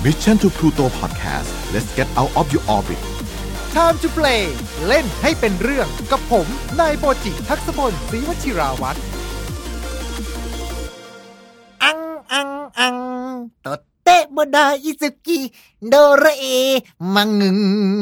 Mission to Pluto Podcast let's get out of your orbit Time to play เล่นให้เป็นเรื่องกับผมนายโปจิทักษพลศรีวชิราวัฒน์อังโตเตะบดาอิซึกิโดราเอมังงึง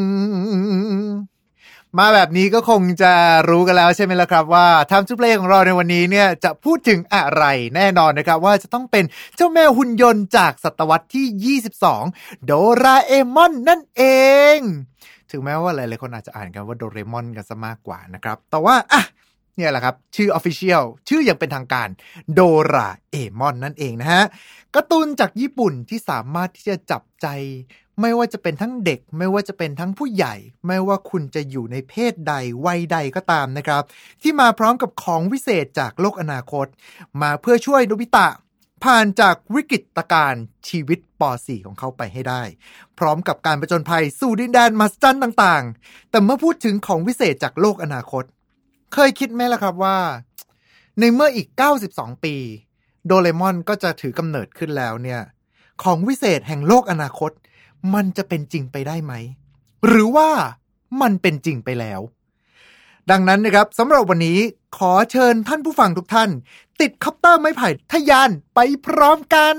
มาแบบนี้ก็คงจะรู้กันแล้วใช่ไหมล่ะครับว่า Time to Play ของเราในวันนี้เนี่ยจะพูดถึงอะไรแน่นอนนะครับว่าจะต้องเป็นเจ้าแมวหุ่นยนต์จากศตวรรษที่22โดราเอมอนนั่นเองถึงแม้ว่าหลายๆคนอาจจะอ่านกันว่าโดเรมอนกันซะมากกว่านะครับแต่ว่าเนี่ยแหละครับชื่อ Official ชื่ออย่างเป็นทางการโดราเอมอนนั่นเองนะฮะการ์ตูนจากญี่ปุ่นที่สามารถที่จะจับใจไม่ว่าจะเป็นทั้งเด็กไม่ว่าจะเป็นทั้งผู้ใหญ่ไม่ว่าคุณจะอยู่ในเพศใดวัยใดก็ตามนะครับที่มาพร้อมกับของวิเศษจากโลกอนาคตมาเพื่อช่วยโนบิตะผ่านจากวิกฤตการณ์ชีวิตป .4 ของเขาไปให้ได้พร้อมกับการผจญภัยสู่ดินแดนมหัศจรรย์ต่างๆแต่เมื่อพูดถึงของวิเศษจากโลกอนาคตเคยคิดไหมล่ะครับว่าในเมื่ออีก92ปีโดเรมอนก็จะถือกำเนิดขึ้นแล้วเนี่ยของวิเศษแห่งโลกอนาคตมันจะเป็นจริงไปได้ไหมหรือว่ามันเป็นจริงไปแล้วดังนั้นนะครับสำหรับวันนี้ขอเชิญท่านผู้ฟังทุกท่านติดคอปเตอร์ไม้ไผ่ทะยานไปพร้อมกัน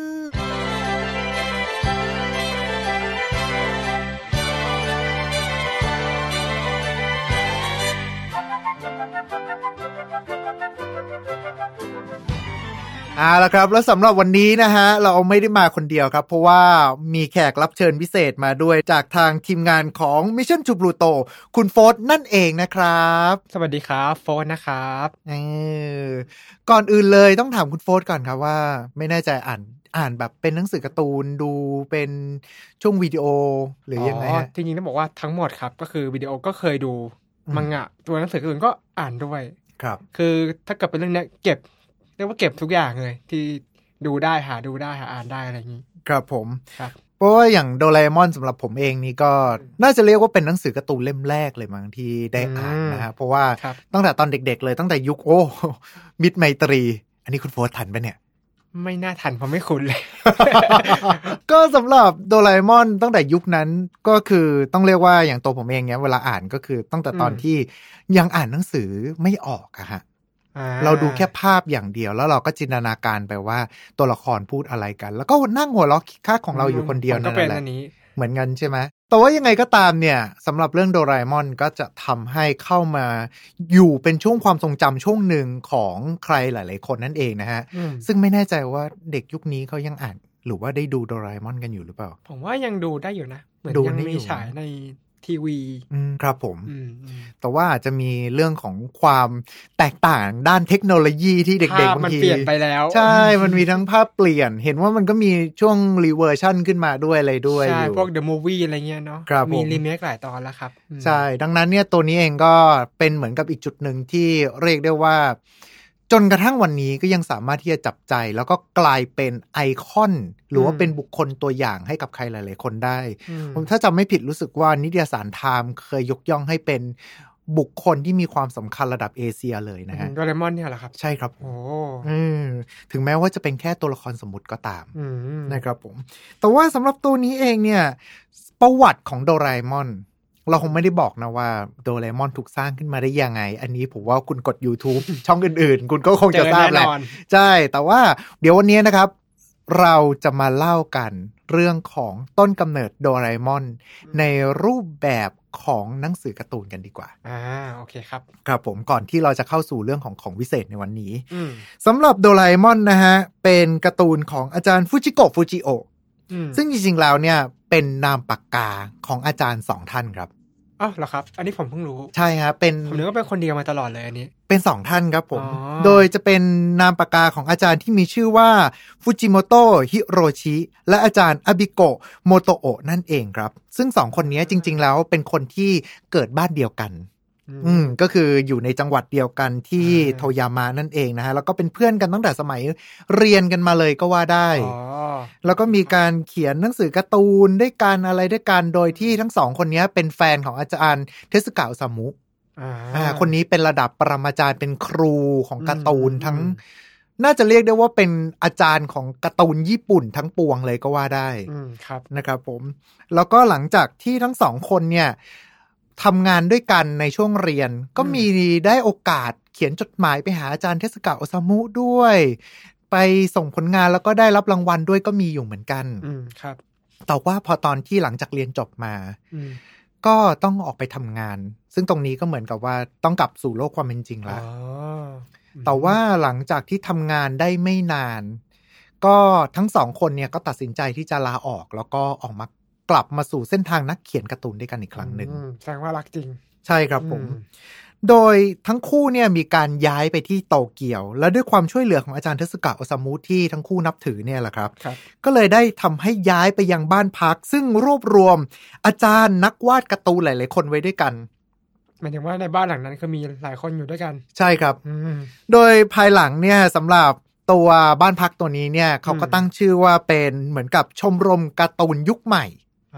ละครับแล้วสำหรับวันนี้นะฮะเราไม่ได้มาคนเดียวครับเพราะว่ามีแขกรับเชิญพิเศษมาด้วยจากทางทีมงานของ Mission to Pluto คุณโฟร์นั่นเองนะครับสวัสดีครับโฟร์นะครับก่อนอื่นเลยต้องถามคุณโฟร์ก่อนครับว่าไม่แน่ใจอ่านแบบเป็นหนังสือการ์ตูนดูเป็นช่วงวิดีโอหรือยังไงฮะจริงๆต้องบอกว่าทั้งหมดครับก็คือวิดีโอก็เคยดูมังงะตัวหนังสือการ์ตูนก็อ่านด้วยครับคือถ้าเกิดเป็นเรื่องนี้เก็บเรียกว่าเก็บทุกอย่างเลยที่ดูได้หาอ่านได้อะไรอย่างนี้ครับผมครับเพราะว่าอย่างโดราเอมอนสำหรับผมเองนี่ก็น่าจะเรียกว่าเป็นหนังสือการ์ตูนเล่มแรกเลยมั้งที่ได้อ่านนะฮะเพราะว่าตั้งแต่ตอนเด็กๆเลยตั้งแต่ยุคมิตรไมตรีอันนี้คุณโฟร์ทันปะเนี่ยไม่น่าทันเพราะไม่คุ้นเลยก็สำหรับโดราเอมอนตั้งแต่ยุคนั้นก็คือต้องเรียกว่าอย่างตัวผมเองเนี้ยเวลาอ่านก็คือตั้งแต่ตอนที่ยังอ่านหนังสือไม่ออกอะฮะเราดูแค่ภาพอย่างเดียวแล้วเราก็จินตนาการไปว่าตัวละครพูดอะไรกันแล้วก็นั่งหัวเราะคิกคักของเราอยู่คนเดียวนั่นแหละเหมือนกันใช่ไหมแต่ว่ายังไงก็ตามเนี่ยสำหรับเรื่องโดราเอมอนก็จะทำให้เข้ามาอยู่เป็นช่วงความทรงจำช่วงหนึ่งของใครหลายๆคนนั่นเองนะฮะซึ่งไม่แน่ใจว่าเด็กยุคนี้เขายังอ่านหรือว่าได้ดูโดราเอมอนกันอยู่หรือเปล่าผมว่ายังดูได้อยู่นะเหมือนยังมีฉายในทีวีครับผมแต่ว่าอาจจะมีเรื่องของความแตกต่างด้านเทคโนโลยีที่เด็กๆบางทีมันเปลี่ยนไปแล้วใช่มันมีทั้งภาพเปลี่ยนเห็นว่ามันก็มีช่วงรีเวอร์ชั่นขึ้นมาด้วยอะไรด้วยใช่พวก The Movie อะไรเงี้ยเนาะมีรีเมคหลายตอนแล้วครับใช่ดังนั้นเนี่ยตัวนี้เองก็เป็นเหมือนกับอีกจุดหนึ่งที่เรียกได้ว่าจนกระทั่งวันนี้ก็ยังสามารถที่จะจับใจแล้วก็กลายเป็นไอคอนหรือว่าเป็นบุคคลตัวอย่างให้กับใครหลายๆคนได้ผมถ้าจำไม่ผิดรู้สึกว่านิตยสารไทม์เคยยกย่องให้เป็นบุคคลที่มีความสำคัญระดับเอเชียเลยนะฮะโดเรมอนเนี่ยเหรอครับใช่ครับโอ้ถึงแม้ว่าจะเป็นแค่ตัวละครสมมุติก็ตามนะครับผมแต่ว่าสำหรับตัวนี้เองเนี่ยประวัติของโดราเอมอนเราคงไม่ได้บอกนะว่าโดราเอมอนถูกสร้างขึ้นมาได้ยังไงอันนี้ผมว่าคุณกด YouTube ช่องอื่นๆคุณก็คงจะทราบแหละใช่แต่ว่าเดี๋ยววันนี้นะครับเราจะมาเล่ากันเรื่องของต้นกำเนิดโดราเอมอนในรูปแบบของหนังสือการ์ตูนกันดีกว่าโอเคครับครับผมก่อนที่เราจะเข้าสู่เรื่องของวิเศษในวันนี้สำหรับโดราเอมอนนะฮะเป็นการ์ตูนของอาจารย์ฟูจิโกะฟูจิโอะซึ่งจริงๆแล้วเนี่ยเป็นนามปากกาของอาจารย์2ท่านครับอ้าวเหรอครับอันนี้ผมเพิ่งรู้ใช่ครับเป็นผมนึกว่าเป็นคนเดียวมาตลอดเลยอันนี้เป็น2ท่านครับผมโดยจะเป็นนามปากกาของอาจารย์ที่มีชื่อว่าฟูจิโมโตะฮิโรชิและอาจารย์อาบิโกะโมโตโอะนั่นเองครับซึ่ง2คนนี้จริงๆแล้วเป็นคนที่เกิดบ้านเดียวกันก็คืออยู่ในจังหวัดเดียวกันที่โทยามะนั่นเองนะฮะแล้วก็เป็นเพื่อนกันตั้งแต่สมัยเรียนกันมาเลยก็ว่าได้แล้วก็มีการเขียนหนังสือการ์ตูนด้วยกันอะไรด้วยกันโดยที่ทั้ง2คนนี้เป็นแฟนของอาจารย์เทสึกะอุซามุคนนี้เป็นระดับปรมาจารย์เป็นครูของการ์ตูนทั้งน่าจะเรียกได้ว่าเป็นอาจารย์ของการ์ตูนญี่ปุ่นทั้งปวงเลยก็ว่าได้ครับนะครับผมแล้วก็หลังจากที่ทั้งสองคนเนี่ยทำงานด้วยกันในช่วงเรียนก็มีได้โอกาสเขียนจดหมายไปหาอาจารย์เทสึกะโอซามุด้วยไปส่งผลงานแล้วก็ได้รับรางวัลด้วยก็มีอยู่เหมือนกันครับแต่ว่าพอตอนที่หลังจากเรียนจบมาก็ต้องออกไปทำงานซึ่งตรงนี้ก็เหมือนกับว่าต้องกลับสู่โลกความเป็นจริงแล้วแต่ว่าหลังจากที่ทำงานได้ไม่นานก็ทั้งสองคนเนี่ยก็ตัดสินใจที่จะลาออกแล้วก็ออกมากลับมาสู่เส้นทางนักเขียนการ์ตูนด้วยกันอีกครั้งหนึ่งแสดงว่ารักจริงใช่ครับผมโดยทั้งคู่เนี่ยมีการย้ายไปที่โตเกียวและด้วยความช่วยเหลือของอาจารย์เทสึกะโอซามุที่ทั้งคู่นับถือเนี่ยแหละครับก็เลยได้ทำให้ย้ายไปยังบ้านพักซึ่งรวบรวมอาจารย์นักวาดการ์ตูนหลายๆคนไว้ด้วยกันหมายถึงว่าในบ้านหลังนั้นก็มีหลายคนอยู่ด้วยกันใช่ครับโดยภายหลังเนี่ยสำหรับตัวบ้านพักตัวนี้เนี่ยเขาก็ตั้งชื่อว่าเป็นเหมือนกับชมรมการ์ตูนยุคใหม่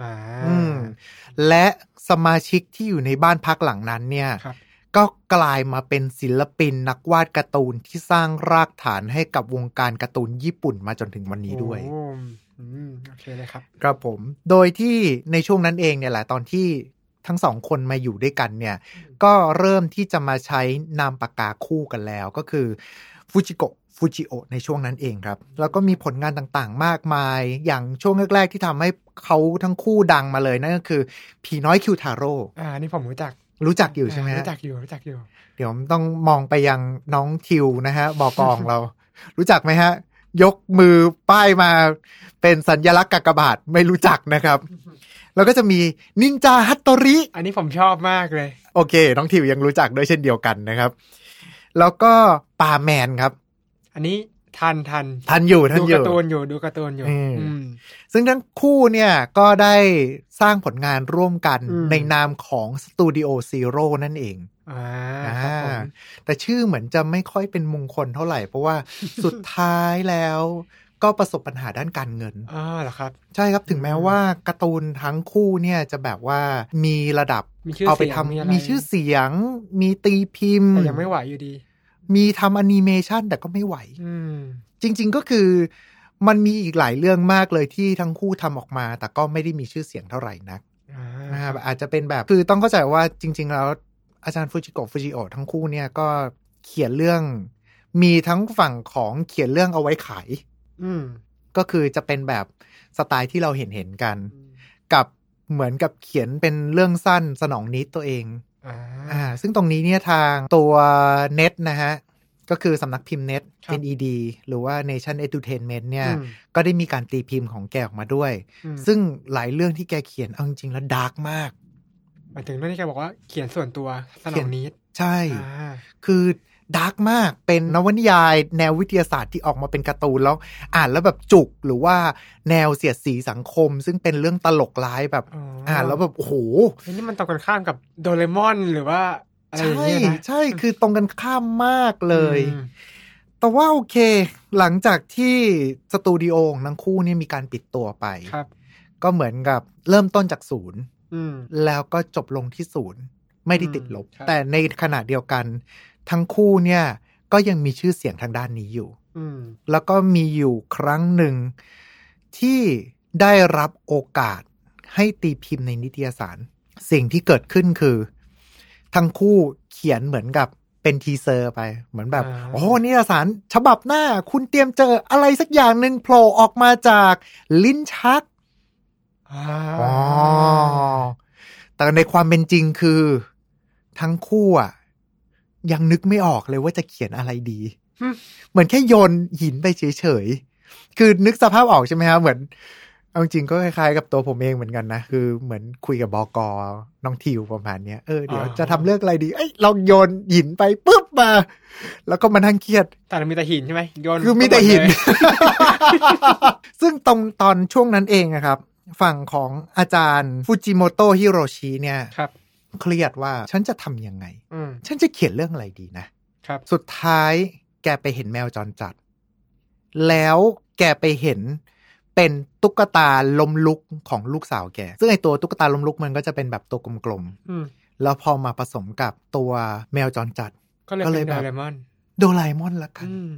และสมาชิกที่อยู่ในบ้านพักหลังนั้นเนี่ยก็กลายมาเป็นศิลปินนักวาดการ์ตูนที่สร้างรากฐานให้กับวงการการ์ตูนญี่ปุ่นมาจนถึงวันนี้ด้วยโอเคเลยครับครับผมโดยที่ในช่วงนั้นเองเนี่ยแหละตอนที่ทั้งสองคนมาอยู่ด้วยกันเนี่ยก็เริ่มที่จะมาใช้นามปากกาคู่กันแล้วก็คือฟูจิโอในช่วงนั้นเองครับแล้วก็มีผลงานต่างๆมากมายอย่างช่วงแรกๆที่ทำให้เขาทั้งคู่ดังมาเลยนั่นก็คือผีน้อยคิวทาโร่นี่ผมรู้จักอยู่ใช่ไหมรู้จักอยู่เดี๋ยวต้องมองไปยังน้องทิวนะฮะบกของเรา รู้จักไหมฮะยกมือป้ายมาเป็นสัญลักษณ์กากบาทไม่รู้จักนะครับแล้วก็จะมีนินจาฮัตโตริอันนี้ผมชอบมากเลยโอเคน้องทิวยังรู้จักด้วยเช่นเดียวกันนะครับแล้วก็ปาแมนครับอันนี้ทันอยู่ดูการ์ตูนอยู่ซึ่งทั้งคู่เนี่ยก็ได้สร้างผลงานร่วมกันในนามของสตูดิโอซีโร่นั่นเองแต่ชื่อเหมือนจะไม่ค่อยเป็นมงคลเท่าไหร่เพราะว่าสุดท้ายแล้วก็ประสบปัญหาด้านการเงินเหรอครับใช่ครับถึงแม้ว่าการ์ตูนทั้งคู่เนี่ยจะแบบว่ามีระดับเอาไปทำมีชื่อเสียงมีตีพิมพ์แต่ยังไม่ไหวอยู่ดีมีทำแอนิเมชันแต่ก็ไม่ไหวจริงๆก็คือมันมีอีกหลายเรื่องมากเลยที่ทั้งคู่ทำออกมาแต่ก็ไม่ได้มีชื่อเสียงเท่าไหร่นักนะครับอาจจะเป็นแบบคือต้องเข้าใจว่าจริงๆแล้วอาจารย์ฟูจิโอทั้งคู่เนี่ยก็เขียนเรื่องมีทั้งฝั่งของเขียนเรื่องเอาไว้ขายก็คือจะเป็นแบบสไตล์ที่เราเห็นกันกับเหมือนกับเขียนเป็นเรื่องสั้นสนองนิดตัวเองซึ่งตรงนี้เนี่ยทางตัวเน็ตนะฮะก็คือสำนักพิมพ์เน็ต NED หรือว่า Nation Entertainment เนี่ยก็ได้มีการตีพิมพ์ของแกออกมาด้วยซึ่งหลายเรื่องที่แกเขียนเอาจริงๆแล้วดาร์กมากหมายถึงเรื่องที่แกบอกว่าเขียนส่วนตัวสนองนิดใช่คือดาร์กมากเป็นนวนิยายแนววิทยาศาสตร์ที่ออกมาเป็นการ์ตูนแล้วอ่านแล้วแบบจุกหรือว่าแนวเสียดสีสังคมซึ่งเป็นเรื่องตลกร้ายแบบอ่านแล้วแบบโอ้โหนี่มันตรงกันข้ามกับโดเรมอนหรือว่าอะไรอย่างเงี้ยนะใช่คือตรงกันข้ามมากเลยแต่ว่าโอเคหลังจากที่สตูดิโอของทั้งคู่นี่มีการปิดตัวไปก็เหมือนกับเริ่มต้นจากศูนย์แล้วก็จบลงที่ศูนย์ไม่ได้ติดลบแต่ในขณะเดียวกันทั้งคู่เนี่ยก็ยังมีชื่อเสียงทางด้านนี้อยู่แล้วก็มีอยู่ครั้งหนึ่งที่ได้รับโอกาสให้ตีพิมพ์ในนิตยสารสิ่งที่เกิดขึ้นคือทั้งคู่เขียนเหมือนกับเป็นทีเซอร์ไปเหมือนแบบโอ้นิตยสารฉบับหน้าคุณเตรียมเจออะไรสักอย่างหนึ่งโผล่ออกมาจากลิ้นชักแต่ในความเป็นจริงคือทั้งคู่อ่ะยังนึกไม่ออกเลยว่าจะเขียนอะไรดีเหมือนแค่โยนหินไปเฉยๆคือนึกสภาพออกใช่ไหมครับเหมือนเอาจริงก็คล้ายๆกับตัวผมเองเหมือนกันนะคือเหมือนคุยกับบก.น้องทิวประมาณเนี้ยเดี๋ยวจะทำเรื่องอะไรดีลองโยนหินไปปุ๊บมาแล้วก็มานั่งเครียดแต่มีแต่หินใช่ไหมโยนคือมีแต่หิน ซึ่งตอนช่วงนั้นเองนะครับฝั่งของอาจารย์ฟูจิโมโตะฮิโรชิเนี่ยเครียดว่าฉันจะทำยังไงฉันจะเขียนเรื่องอะไรดีนะครับสุดท้ายแกไปเห็นแมวจรจัดแล้วแกไปเห็นเป็นตุ๊กตาล้มลุกของลูกสาวแกซึ่งไอตัวตุ๊กตาล้มลุกมันก็จะเป็นแบบตัวกลมๆแล้วพอมาผสมกับตัวแมวจรจัดก็เลยแบบโดราเอมอนละกัน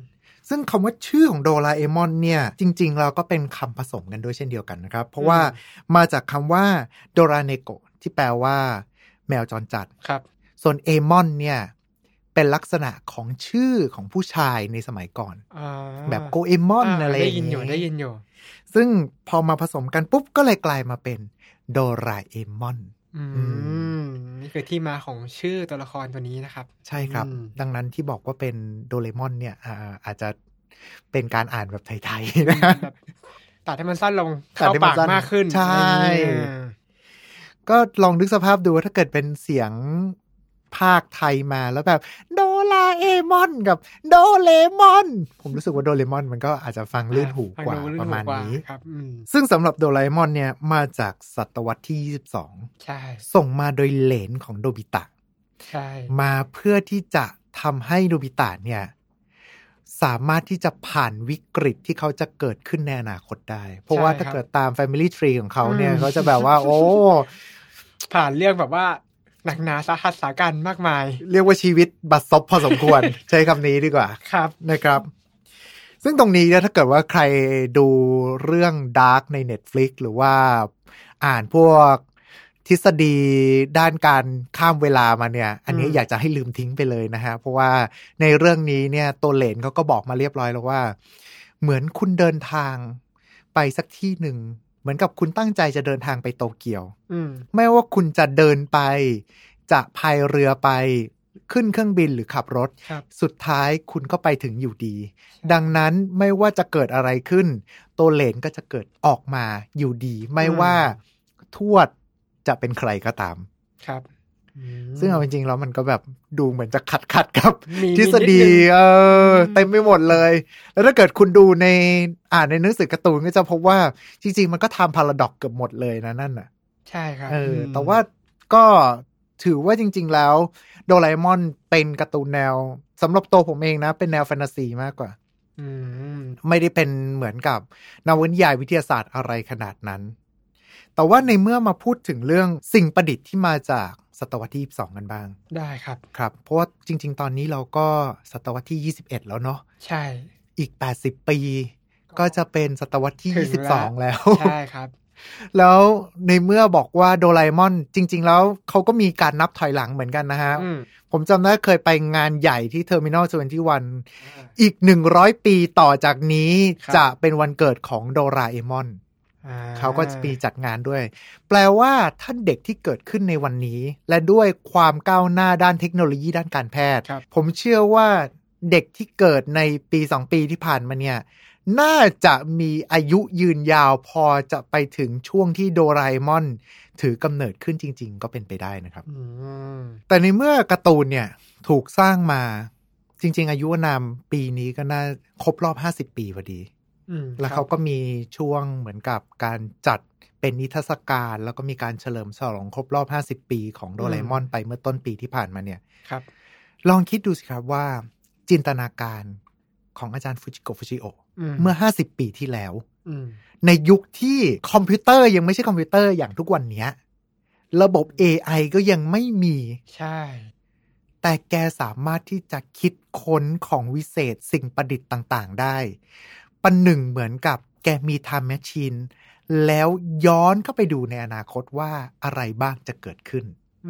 ซึ่งคำว่าชื่อของโดราเอมอนเนี่ยจริงๆแล้วก็เป็นคำผสมกันด้วยเช่นเดียวกันนะครับเพราะว่ามาจากคำว่าโดราเนโกะที่แปลว่าแมวจรจัดครับส่วนเอมอนเนี่ยเป็นลักษณะของชื่อของผู้ชายในสมัยก่อนแบบโกเอมอนอะไรอย่างเงี้ยได้ยินอยู่ซึ่งพอมาผสมกันปุ๊บก็เลยกลายมาเป็นโดราเอมอนนี่คือที่มาของชื่อตัวละครตัวนี้นะครับใช่ครับดังนั้นที่บอกว่าเป็นโดเรมอนเนี่ยอาจจะเป็นการอ่านแบบไทยๆนะตัดให้มันสั้นลงเข้าปากมากขึ้นใช่ก็ลองนึกสภาพดูว่าถ้าเกิดเป็นเสียงภาคไทยมาแล้วแบบโดราเอมอนกับโดเรมอนผมรู้สึกว่าโดเรมอนมันก็อาจจะฟังลื่นหูกว่าประมาณนี้ซึ่งสำหรับโดราเอมอนเนี่ยมาจากศตวรรษที่22ใช่ส่งมาโดยเหลนของโนบิตะใช่มาเพื่อที่จะทำให้โนบิตะเนี่ยสามารถที่จะผ่านวิกฤตที่เขาจะเกิดขึ้นในอนาคตได้เพราะว่าถ้าเกิดตาม Family Tree ของเขาเนี่ยเขาจะแบบว่าโอ้ผ่านเรื่องแบบว่าหนักหนาสาหัสสากันมากมายเรียกว่าชีวิตบัดซบพอสมควร ใช้คำนี้ดีกว่าครับนะครับซึ่งตรงนี้ถ้าเกิดว่าใครดูเรื่อง Dark ใน Netflix หรือว่าอ่านพวกทฤษฎีด้านการข้ามเวลามาเนี่ยอันนี้อยากจะให้ลืมทิ้งไปเลยนะฮะเพราะว่าในเรื่องนี้เนี่ยตัวเหลนเขาก็บอกมาเรียบร้อยแล้วว่าเหมือนคุณเดินทางไปสักที่หนึ่งเหมือนกับคุณตั้งใจจะเดินทางไปโตเกียวไม่ว่าคุณจะเดินไปจะพายเรือไปขึ้นเครื่องบินหรือขับรถสุดท้ายคุณก็ไปถึงอยู่ดีดังนั้นไม่ว่าจะเกิดอะไรขึ้นตัวเหลนก็จะเกิดออกมาอยู่ดีไม่ว่าทวดจะเป็นใครก็ตามครับซึ่งเอาจริงๆแล้วมันก็แบบดูเหมือนจะขัดกับทฤษฎีเต็มไปหมดเลยแล้วถ้าเกิดคุณดูในในหนังสือการ์ตูนก็จะพบว่าจริงๆมันก็ทำพาราดอกซ์เกือบหมดเลยนะนั่นน่ะใช่ครับแต่ว่าก็ถือว่าจริงๆแล้วโดราเอมอนเป็นการ์ตูนแนวสำหรับตัวผมเองนะเป็นแนวแฟนตาซีมากกว่าไม่ได้เป็นเหมือนกับนวนิยายวิทยาศาสตร์อะไรขนาดนั้นแต่ว่าในเมื่อมาพูดถึงเรื่องสิ่งประดิษฐ์ที่มาจากศตวรรษที่22กันบ้างได้ครับครับเพราะว่าจริงๆตอนนี้เราก็ศตวรรษที่21แล้วเนาะใช่อีก80ปีก็จะเป็นศตวรรษที่22แล้วใช่ครับแล้วในเมื่อบอกว่าโดราเอมอนจริงๆแล้วเขาก็มีการนับถอยหลังเหมือนกันนะฮะผมจำได้เคยไปงานใหญ่ที่ Terminal 21อีก100ปีต่อจากนี้จะเป็นวันเกิดของโดราเอมอนเขาก็จะมีจัดงานด้วยแปลว่าถ้าเด็กที่เกิดขึ้นในวันนี้และด้วยความก้าวหน้าด้านเทคโนโลยีด้านการแพทย์ผมเชื่อว่าเด็กที่เกิดในปี2ปีที่ผ่านมาเนี่ยน่าจะมีอายุยืนยาวพอจะไปถึงช่วงที่โดราเอมอนถือกำเนิดขึ้นจริงๆก็เป็นไปได้นะครับแต่ในเมื่อการ์ตูนเนี่ยถูกสร้างมาจริงๆอายุอานามปีนี้ก็น่าครบรอบ50ปีพอดีแล้วเขาก็มีช่วงเหมือนกับการจัดเป็นนิทรรศการแล้วก็มีการเฉลิมฉลองครบรอบ50ปีของโดราเอมอนไปเมื่อต้นปีที่ผ่านมาเนี่ยครับลองคิดดูสิครับว่าจินตนาการของอาจารย์ฟูจิโกะฟูจิโอะเมื่อ50ปีที่แล้วในยุคที่คอมพิวเตอร์ยังไม่ใช่คอมพิวเตอร์อย่างทุกวันนี้ระบบ AI ก็ยังไม่มีใช่แต่แกสามารถที่จะคิดค้นของวิเศษสิ่งประดิษฐ์ต่างๆได้ประหนึ่งเหมือนกับแกมี time machine แล้วย้อนเข้าไปดูในอนาคตว่าอะไรบ้างจะเกิดขึ้น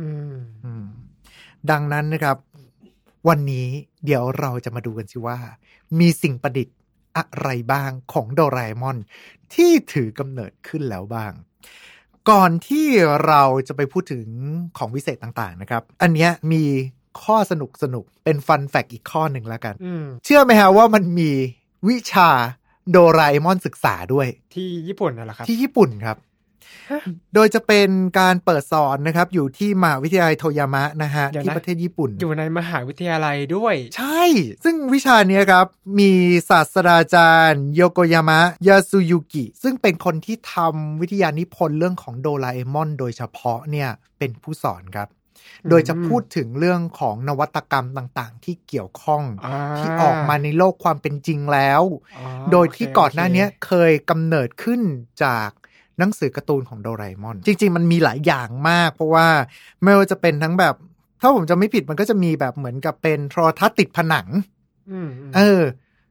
ดังนั้นนะครับวันนี้เดี๋ยวเราจะมาดูกันสิว่ามีสิ่งประดิษฐ์อะไรบ้างของโดราเอมอนที่ถือกำเนิดขึ้นแล้วบ้างก่อนที่เราจะไปพูดถึงของวิเศษต่างๆนะครับอันเนี้ยมีข้อสนุกเป็นฟันแฟกต์อีกข้อหนึ่งแล้วกันเชื่อไหมฮะว่ามันมีวิชาโดราเอมอนศึกษาด้วยที่ญี่ปุ่นน่ะเหรอครับที่ญี่ปุ่นครับโดยจะเป็นการเปิดสอนนะครับอยู่ที่มหาวิทยาลัยโทยามะนะฮะที่ประเทศญี่ปุ่นอยู่ในมหาวิทยาลัยด้วยใช่ซึ่งวิชานี้ครับมีศาสตราจารย์โยโกยามะยาสุยุกิซึ่งเป็นคนที่ทำวิทยานิพนธ์เรื่องของโดราเอมอนโดยเฉพาะเนี่ยเป็นผู้สอนครับโดยจะพูดถึงเรื่องของนวัตกรรมต่างๆที่เกี่ยวข้องที่ออกมาในโลกความเป็นจริงแล้วโดยที่ก่อนหน้านี้เคยกำเนิดขึ้นจากหนังสือการ์ตูนของโดราเอมอนจริงๆมันมีหลายอย่างมากเพราะว่าไม่ว่าจะเป็นทั้งแบบถ้าผมจำไม่ผิดมันก็จะมีแบบเหมือนกับเป็นโทรทัศน์ติดผนัง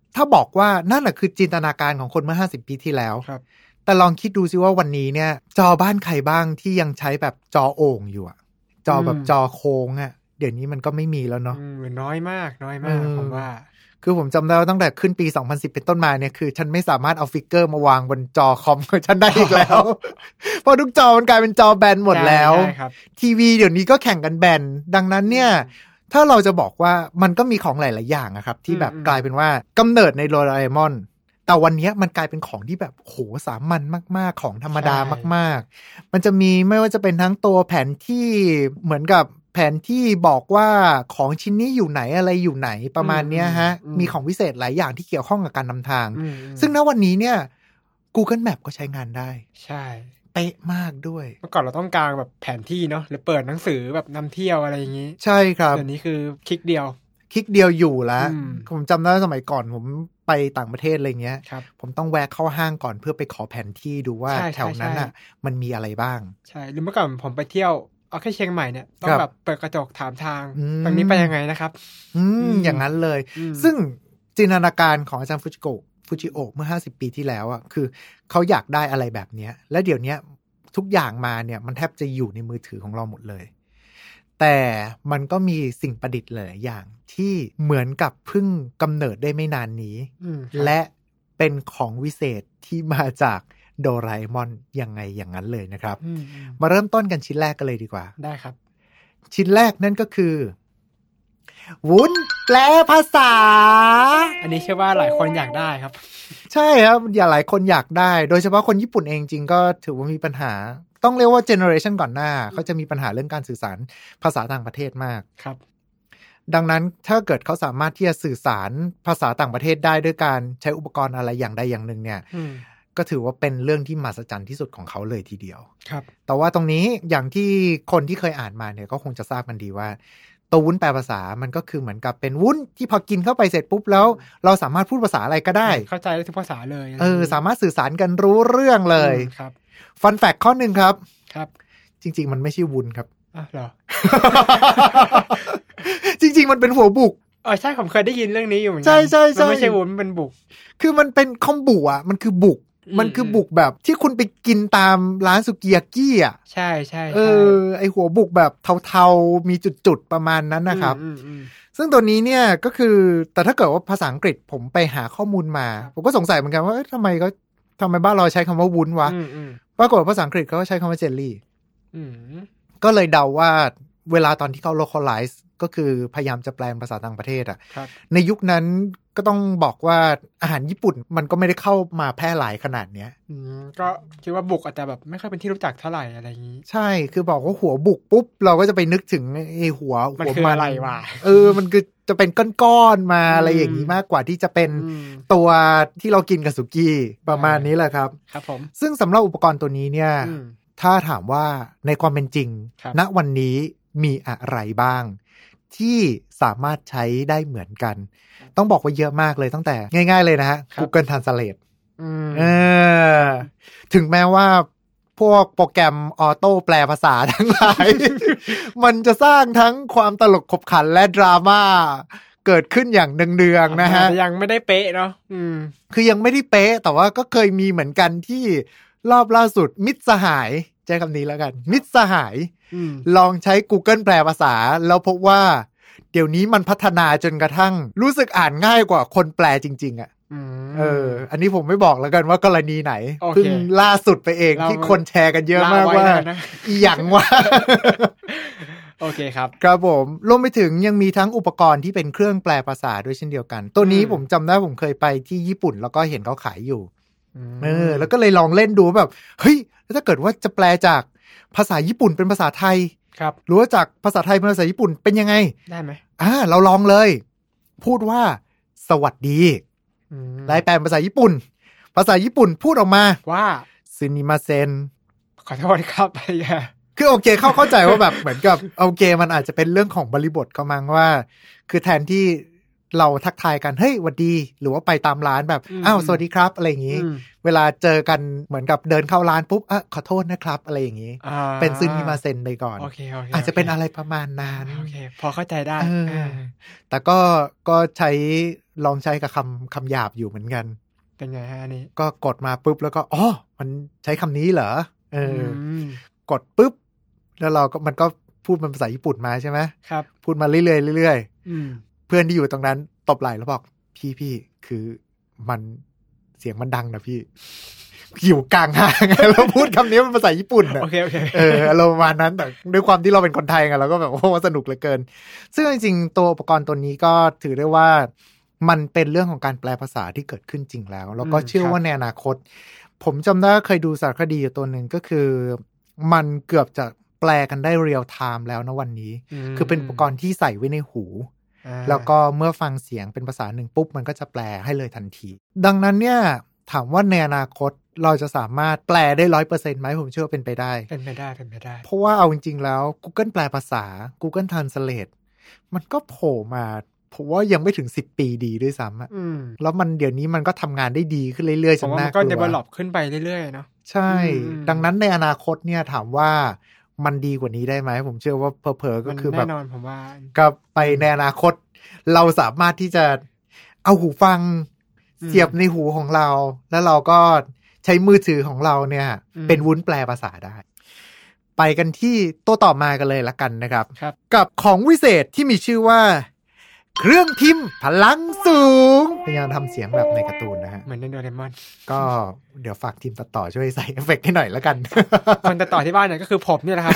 ถ้าบอกว่านั่นแหละคือจินตนาการของคนเมื่อ50ปีที่แล้วครับแต่ลองคิดดูซิว่าวันนี้เนี่ยจอบ้านใครบ้างที่ยังใช้แบบจอโอ่งอยู่อะจอแบบจอโค้งอะเดี๋ยวนี้มันก็ไม่มีแล้วเนาะน้อยมากผมว่าคือผมจำได้ว่าตั้งแต่ขึ้นปี2010เป็นต้นมาเนี่ยคือฉันไม่สามารถเอาฟิกเกอร์มาวางบนจอคอมของฉันได้อีกแล้ว เพราะทุกจอมันกลายเป็นจอแบนหมดแล้วทีวีเดี๋ยวนี้ก็แข่งกันแบนดังนั้นเนี่ยถ้าเราจะบอกว่ามันก็มีของหลายๆอย่างอะครับที่แบบกลายเป็นว่ากำเนิดในโดราเอมอนแต่วันนี้มันกลายเป็นของที่แบบโหสามัญมากๆของธรรมดามากๆมันจะมีไม่ว่าจะเป็นทั้งตัวแผนที่เหมือนกับแผนที่บอกว่าของชิ้นนี้อยู่ไหนอะไรอยู่ไหนประมาณเนี้ยฮะมีของวิเศษหลายอย่างที่เกี่ยวข้องกับการนำทางซึ่งณวันนี้เนี่ย Google Map ก็ใช้งานได้ใช่เป๊ะมากด้วยเมื่อก่อนเราต้องการแบบแผนที่เนาะหรือเปิดหนังสือแบบนำเที่ยวอะไรอย่างนี้ใช่ครับเดี๋ยวนี้คือคลิกเดียวอยู่แล้วผมจำได้สมัยก่อนผมไปต่างประเทศอะไรเงี้ยผมต้องแวะเข้าห้างก่อนเพื่อไปขอแผนที่ดูว่าแถวนั้นอ่ะมันมีอะไรบ้างใช่หรือเมื่อก่อนผมไปเที่ยวเอาแค่เชียงใหม่เนี่ยต้องแบบเปิดกระจกถามทางตรงนี้ไปยังไงนะครับอย่างนั้นเลยซึ่งจินตนาการของอาจารย์ฟูจิโอะเมื่อ50ปีที่แล้วอ่ะคือเขาอยากได้อะไรแบบนี้และเดี๋ยวนี้ทุกอย่างมาเนี่ยมันแทบจะอยู่ในมือถือของเราหมดเลยแต่มันก็มีสิ่งประดิษฐ์หลายอย่างที่เหมือนกับเพิ่งกำเนิดได้ไม่นานนี้และเป็นของวิเศษที่มาจากโดราเอมอนยังไงอย่างนั้นเลยนะครับมาเริ่มต้นกันชิ้นแรกกันเลยดีกว่าได้ครับชิ้นแรกนั่นก็คือวุ้นแปลภาษาอันนี้เชื่อว่าหลายคนอยากได้ครับใช่ครับหลายคนอยากได้โดยเฉพาะคนญี่ปุ่นเองจริงก็ถือว่ามีปัญหาต้องเรียกว่าเจเนอเรชันก่อนหน้าเขาจะมีปัญหาเรื่องการสื่อสารภาษาต่างประเทศมากครับดังนั้นถ้าเกิดเขาสามารถที่จะสื่อสารภาษาต่างประเทศได้ด้วยการใช้อุปกรณ์อะไรอย่างใดอย่างหนึ่งเนี่ยก็ถือว่าเป็นเรื่องที่มหัศจรรย์ที่สุดของเขาเลยทีเดียวครับแต่ว่าตรงนี้อย่างที่คนที่เคยอ่านมาเนี่ยก็คงจะทราบกันดีว่าตัววุ้นแปลภาษามันก็คือเหมือนกับเป็นวุ้นที่พอกินเข้าไปเสร็จปุ๊บแล้วเราสามารถพูดภาษาอะไรก็ได้เข้าใจได้ทุกภาษาเลยสามารถสื่อสารกันรู้เรื่องเลยครับฟันแฟกต์ข้อนึงครับครับจริงๆมันไม่ใช่วุ้นครับเหรอจริงๆมันเป็นหัวบุกใช่ผมเคยได้ยินเรื่องนี้อยู่เหมือนกัใช่ๆๆมันไม่ใช่วุ้นเป็นบุกคือมันเป็นคอมบุอ่ะมันคือบุกมันคือบุกแบบที่คุณไปกินตามร้านสุกิยากิอ่ะใช่ใช่ไอหัวบุกแบบเทาๆมีจุดๆประมาณนั้นนะครับซึ่งตัวนี้เนี่ยก็คือแต่ถ้าเกิดว่าภาษาอังกฤษผมไปหาข้อมูลมาผมก็สงสัยเหมือนกันว่าทำไมบ้านเราใช้คำว่าวุ้นวะปรากฏภาษาอังกฤษเขาก็ใช้คำว่าเจลลี่ก็เลยเดาว่าเวลาตอนที่เขา localize ก็คือพยายามจะแปลภาษาต่างประเทศอ่ะในยุคนั้นก็ต้องบอกว่าอาหารญี่ปุ่นมันก็ไม่ได้เข้ามาแพร่หลายขนาดเนี้ยก็คิดว่าบุกอาจจะแบบไม่ค่อยเป็นที่รู้จักเท่าไหร่อะไรอย่างนี้ใช่คือบอกว่าหัวบุกปุ๊บเราก็จะไปนึกถึงไอ้หัวมันคืออะไรวะมันคือจะเป็นก้อนๆมาอะไรอย่างนี้มากกว่าที่จะเป็นตัวที่เรากินกับสุกี้ประมาณนี้แหละครับครับผมซึ่งสำหรับอุปกรณ์ตัวนี้เนี่ยถ้าถามว่าในความเป็นจริงณวันนี้มีอะไรบ้างที่สามารถใช้ได้เหมือนกันต้องบอกว่าเยอะมากเลยตั้งแต่ง่ายๆเลยนะฮะ Google Translate ถึงแม้ว่าพวกโปรแกรมออโต้แปลภาษาทั้งหลาย มันจะสร้างทั้งความตลกขบขันและดราม่าเกิดขึ้นอย่างเนืองๆนะฮะยังไม่ได้เป๊ะเนาะคือยังไม่ได้เป๊ะแต่ว่าก็เคยมีเหมือนกันที่รอบล่าสุดมิตรสหายใช้คำนี้แล้วกันมิตรสหายลองใช้ Google แปลภาษาแล้วพบว่าเดี๋ยวนี้มันพัฒนาจนกระทั่งรู้สึกอ่านง่ายกว่าคนแปลจริงๆอ่ะอันนี้ผมไม่บอกแล้วกันว่ากรณีไหนเพิ่งล่าสุดไปเองที่คนแชร์กันเยอะมากว่าอีหยังว่าโอเคครับครับผมรวมไปถึงยังมีทั้งอุปกรณ์ที่เป็นเครื่องแปลภาษาด้วยเช่นเดียวกันตัวนี้ผมจำได้ผมเคยไปที่ญี่ปุ่นแล้วก็เห็นเขาขายอยู่แล้วก็เลยลองเล่นดูแบบเฮ้ยถ้าเกิดว่าจะแปลจากภาษาญี่ปุ่นเป็นภาษาไทยครับหรือว่าจากภาษาไทยเป็นภาษาญี่ปุ่นเป็นยังไงได้ไหมเราลองเลยพูดว่าสวัสดีได้แปลภาษาญี่ปุ่นพูดออกมาว่าซึนิมาเซ็นขอโทษครับคือโอเคเข้าใจว่าแบบเหมือนกับโอเคมันอาจจะเป็นเรื่องของบริบทก็มั้งว่าคือแทนที่เราทักทายกันเฮ้ยสวัสดีหรือว่าไปตามร้านแบบสวัสดีครับอะไรอย่างนี้เวลาเจอกันเหมือนกับเดินเข้าร้านปุ๊บขอโทษนะครับอะไรอย่างนี้เป็นซึนิมาเซ็นไปก่อนอาจจะเป็นอะไรประมาณนั้นโอเคพอเข้าใจได้แต่ก็ใช้ลองใช้กับคำหยาบอยู่เหมือนกันเป็นไงฮะอันนี้ก็กดมาปุ๊บแล้วก็อ๋อมันใช้คำนี้เหรอกดปุ๊บแล้วเราก็มันก็พูดเป็นภาษาญี่ปุ่นมาใช่ไหมครับพูดมาเรื่อยๆเรื่อยๆเพื่อนที่อยู่ตรงนั้นตบไหล่แล้วบอกพี่คือมันเสียงมันดังนะพี่อยู่กลางห้างแล้วพูดคำนี้เป็นภาษาญี่ปุ่นนะโอเคเราประมาณนั้นแต่ด้วยความที่เราเป็นคนไทยไงเราก็แบบโอ้สนุกเหลือเกินซึ่งจริงๆตัวอุปกรณ์ตัวนี้ก็ถือได้ว่ามันเป็นเรื่องของการแปลภาษาที่เกิดขึ้นจริงแล้วแล้วก็เชื่อว่าในอนาคตผมจำได้เคยดูสารคดีอยู่ตัวหนึ่งก็คือมันเกือบจะแปลกันได้เรียลไทม์แล้วนะวันนี้คือเป็นอุปกรณ์ที่ใส่ไว้ในหูแล้วก็เมื่อฟังเสียงเป็นภาษาหนึ่งปุ๊บมันก็จะแปลให้เลยทันทีดังนั้นเนี่ยถามว่าในอนาคตเราจะสามารถแปลได้ 100% ไหมผมเชื่อว่าเป็นไปได้เพราะว่าเอาจริงๆแล้ว Google แปลภาษา Google Translate มันก็โผล่มาผมว่ายังไม่ถึง10 ปีดีด้วยซ้ำแล้วมันเดี๋ยวนี้มันก็ทำงานได้ดีขึ้นเรื่อยๆจนน่ากลัวมันก็ develop ขึ้นไปเรื่อยๆเนาะใช่ดังนั้นในอนาคตเนี่ยถามว่ามันดีกว่านี้ได้ไหมผมเชื่อว่าเผลอๆก็คือแบบแน่นอนผมว่าก็ไปในอนาคตเราสามารถที่จะเอาหูฟังเสียบในหูของเราแล้วเราก็ใช้มือถือของเราเนี่ยเป็นวุ้นแปลภาษาได้ไปกันที่ตัวต่อมากันเลยละกันนะครับกับของวิเศษที่มีชื่อว่าเครื่องพิมพ์พลังสูงพยายามทำเสียงแบบในการ์ตูนนะฮะเหมือนในโดเรมอนก็เดี๋ยวฝากทีมตัดต่อช่วยใส่เอฟเฟกต์ให้หน่อยละกันคนตัดต่อที่บ้านเนี่ยก็คือผมเนี่ยแหละครับ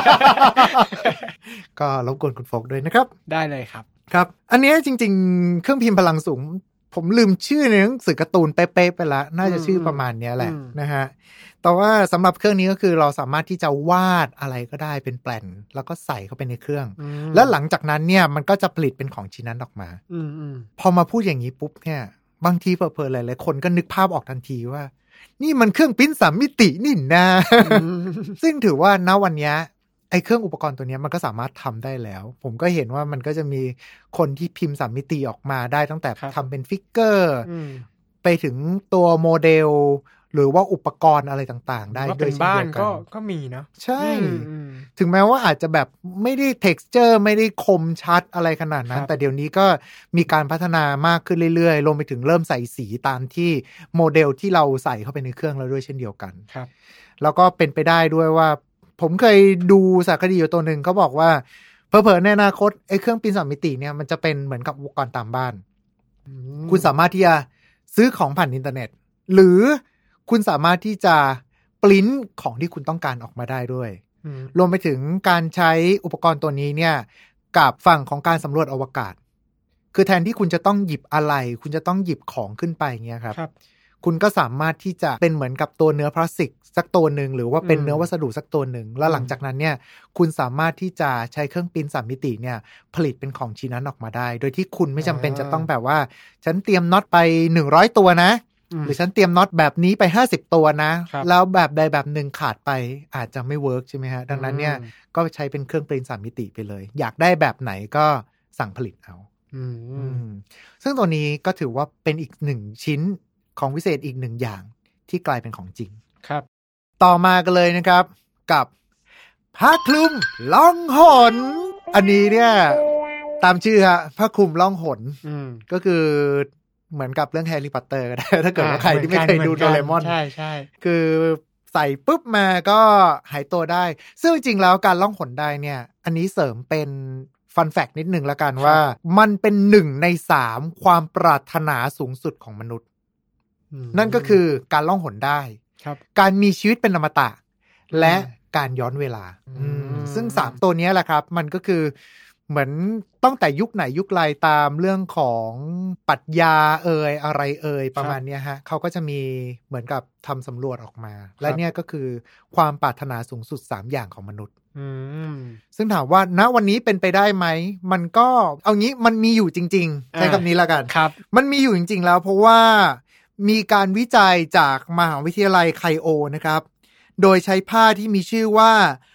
ก็รบกวนคุณโฟกด้วยนะครับได้เลยครับครับอันนี้จริงๆเครื่องพิมพ์พลังสูงผมลืมชื่อในหนังสือการ์ตูนเป๊ะๆไปละน่าจะชื่อประมาณนี้แหละนะฮะแต่ว่าสำหรับเครื่องนี้ก็คือเราสามารถที่จะวาดอะไรก็ได้เป็นแปลนแล้วก็ใส่เข้าไปในเครื่องแล้วหลังจากนั้นเนี่ยมันก็จะผลิตเป็นของชิ้นนั้นออกมาพอมาพูดอย่างนี้ปุ๊บเนี่ยบางทีเผลอๆหลายๆคนก็นึกภาพออกทันทีว่านี่มันเครื่องพิมพ์3 มิตินี่นะ ซึ่งถือว่าณวันนี้ไอ้เครื่องอุปกรณ์ตัวนี้มันก็สามารถทำได้แล้วผมก็เห็นว่ามันก็จะมีคนที่พิมพ์3 มิติออกมาได้ตั้งแต่ทำเป็นฟิกเกอร์ไปถึงตัวโมเดลหรือว่าอุปกรณ์อะไรต่างๆได้ด้วยเช่นเดียวกันก็มีนะใช่ถึงแม้ว่าอาจจะแบบไม่ได้ texture ไม่ได้คมชัดอะไรขนาดนั้นแต่เดี๋ยวนี้ก็มีการพัฒนามากขึ้นเรื่อยๆรวมไปถึงเริ่มใส่สีตามที่โมเดลที่เราใส่เข้าไปในเครื่องแล้วด้วยเช่นเดียวกันแล้วก็เป็นไปได้ด้วยว่าผมเคยดูสารคดีอยู่ตัวหนึ่งเขาบอกว่าเผลอๆในอนาคตไอ้เครื่องพิมพ์3 มิติเนี่ยมันจะเป็นเหมือนกับอุปกรณ์ตามบ้านคุณสามารถที่จะซื้อของผ่านอินเทอร์เน็ตหรือคุณสามารถที่จะปริ้นของที่คุณต้องการออกมาได้ด้วยรวมไปถึงการใช้อุปกรณ์ตัวนี้เนี่ยกับฝั่งของการสำรวจอวกาศคือแทนที่คุณจะต้องหยิบอะไรคุณจะต้องหยิบของขึ้นไปเงี้ยครับคุณก็สามารถที่จะเป็นเหมือนกับตัวเนื้อพลาสติกสักตัวหนึ่งหรือว่าเป็นเนื้อวัสดุสักตัวหนึ่งแล้วหลังจากนั้นเนี่ยคุณสามารถที่จะใช้เครื่องพิมพ์3 มิติเนี่ยผลิตเป็นของชิ้นนั้นออกมาได้โดยที่คุณไม่จำเป็นจะต้องแบบว่าฉันเตรียมน็อตไป100ตัวนะหรือฉันเตรียมน็อตแบบนี้ไป50ตัวนะแล้วแบบใดแบบหนึ่งขาดไปอาจจะไม่เวิร์กใช่ไหมฮะดังนั้นเนี่ยก็ใช้เป็นเครื่องพิมพ์3 มิติไปเลยอยากได้แบบไหนก็สั่งผลิตเอาซึ่งตัวนี้ก็ถือว่าเป็นอีก1ชิ้นของวิเศษอีก1อย่างที่กลายเป็นของจริงครับต่อมากันเลยนะครับกับผ้าคลุมล่องหนอันนี้เนี่ยตามชื่อฮะผ้าคลุมล่องหนก็คือเหมือนกับเรื่องแฮร์รี่พอตเตอร์ก็ได้ถ้าเกิดว่าใครที่ไม่เคยดูโดเรมอนใช่คือใส่ปุ๊บมาก็หายตัวได้ซึ่งจริงๆแล้วการล่องหนได้เนี่ยอันนี้เสริมเป็นฟันแฟกต์นิดนึงละกันว่ามันเป็น1 ใน 3ความปรารถนาสูงสุดของมนุษย์นั่นก็คือการล่องหนได้การมีชีวิตเป็นอมตะและการย้อนเวลาซึ่ง3ตัวนี้แหละครับมันก็คือเหมือนตั้งแต่ยุคไหนยุคไรตามเรื่องของปรัชญาอะไรประมาณนี้ฮะเขาก็จะมีเหมือนกับทำสำรวจออกมาและเนี่ยก็คือความปรารถนาสูงสุด3อย่างของมนุษย์ซึ่งถามว่าณวันนี้เป็นไปได้ไหมมันก็เอางี้มันมีอยู่จริงๆใช้คำนี้ละกันมันมีอยู่จริงๆแล้วเพราะว่ามีการวิจัยจากมหาวิทยาลัยไคโอนะครับโดยใช้ผ้าที่มีชื่อว่า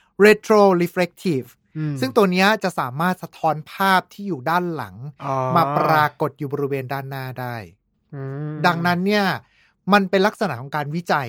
retroreflective ซึ่งตัวนี้จะสามารถสะท้อนภาพที่อยู่ด้านหลังมาปรากฏอยู่บริเวณด้านหน้าได้ดังนั้นเนี่ยมันเป็นลักษณะของการวิจัย